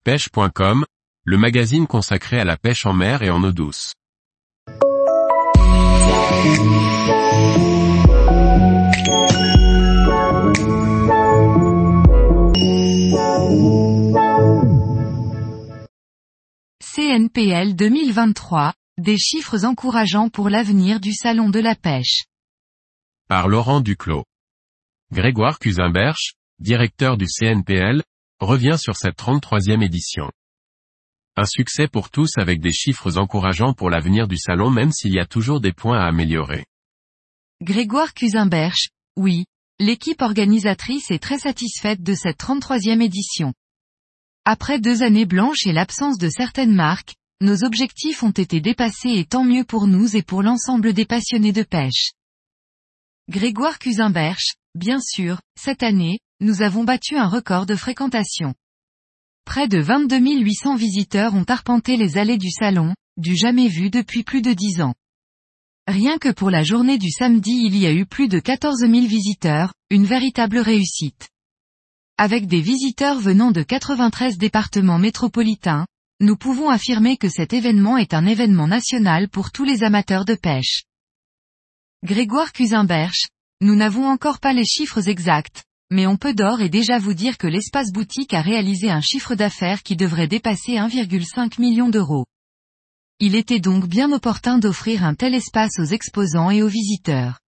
pêche.com, le magazine consacré à la pêche en mer et en eau douce. CNPL 2023, des chiffres encourageants pour l'avenir du salon de la pêche. Par Laurent Duclos. Grégoire Cusimberche, directeur du CNPL, revient sur cette 33e édition. Un succès pour tous avec des chiffres encourageants pour l'avenir du salon même s'il y a toujours des points à améliorer. Grégoire Cusimberche, oui, l'équipe organisatrice est très satisfaite de cette 33e édition. Après 2 années blanches et l'absence de certaines marques, nos objectifs ont été dépassés et tant mieux pour nous et pour l'ensemble des passionnés de pêche. Grégoire Cusimberche, bien sûr, cette année, nous avons battu un record de fréquentation. Près de 22 800 visiteurs ont arpenté les allées du salon, du jamais vu depuis plus de 10 ans. Rien que pour la journée du samedi il y a eu plus de 14 000 visiteurs, une véritable réussite. Avec des visiteurs venant de 93 départements métropolitains, nous pouvons affirmer que cet événement est un événement national pour tous les amateurs de pêche. Grégoire Cusimberche, nous n'avons encore pas les chiffres exacts, mais on peut d'ores et déjà vous dire que l'espace boutique a réalisé un chiffre d'affaires qui devrait dépasser 1,5 million d'euros. Il était donc bien opportun d'offrir un tel espace aux exposants et aux visiteurs.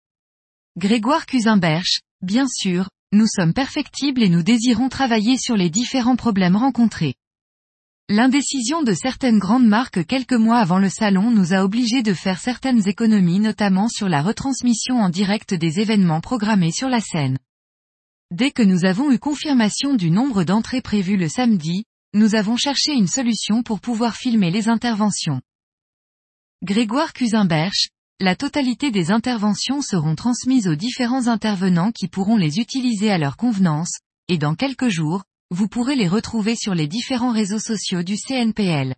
Grégoire Cusimberche, bien sûr, nous sommes perfectibles et nous désirons travailler sur les différents problèmes rencontrés. L'indécision de certaines grandes marques quelques mois avant le salon nous a obligés de faire certaines économies notamment sur la retransmission en direct des événements programmés sur la scène. Dès que nous avons eu confirmation du nombre d'entrées prévues le samedi, nous avons cherché une solution pour pouvoir filmer les interventions. Grégoire Cusimberche, la totalité des interventions seront transmises aux différents intervenants qui pourront les utiliser à leur convenance, et dans quelques jours, vous pourrez les retrouver sur les différents réseaux sociaux du CNPL.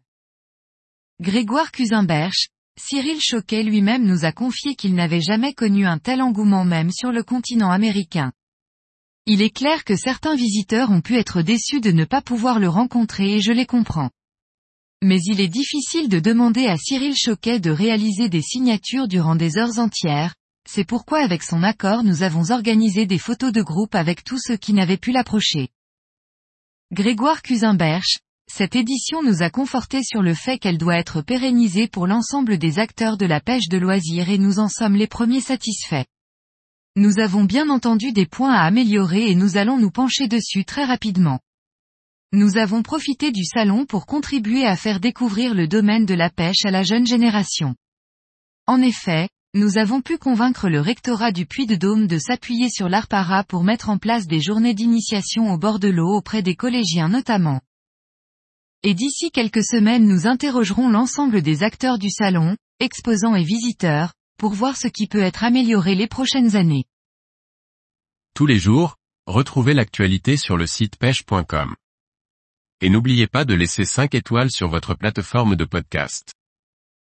Grégoire Cusimberche, Cyril Choquet lui-même nous a confié qu'il n'avait jamais connu un tel engouement même sur le continent américain. Il est clair que certains visiteurs ont pu être déçus de ne pas pouvoir le rencontrer et je les comprends. Mais il est difficile de demander à Cyril Choquet de réaliser des signatures durant des heures entières, c'est pourquoi avec son accord nous avons organisé des photos de groupe avec tous ceux qui n'avaient pu l'approcher. Grégoire Cusimberche, cette édition nous a conforté sur le fait qu'elle doit être pérennisée pour l'ensemble des acteurs de la pêche de loisirs et nous en sommes les premiers satisfaits. Nous avons bien entendu des points à améliorer et nous allons nous pencher dessus très rapidement. Nous avons profité du salon pour contribuer à faire découvrir le domaine de la pêche à la jeune génération. En effet, nous avons pu convaincre le rectorat du Puy-de-Dôme de s'appuyer sur l'ARPARA pour mettre en place des journées d'initiation au bord de l'eau auprès des collégiens notamment. Et d'ici quelques semaines nous interrogerons l'ensemble des acteurs du salon, exposants et visiteurs, pour voir ce qui peut être amélioré les prochaines années. Tous les jours, retrouvez l'actualité sur le site pêche.com. Et n'oubliez pas de laisser 5 étoiles sur votre plateforme de podcast.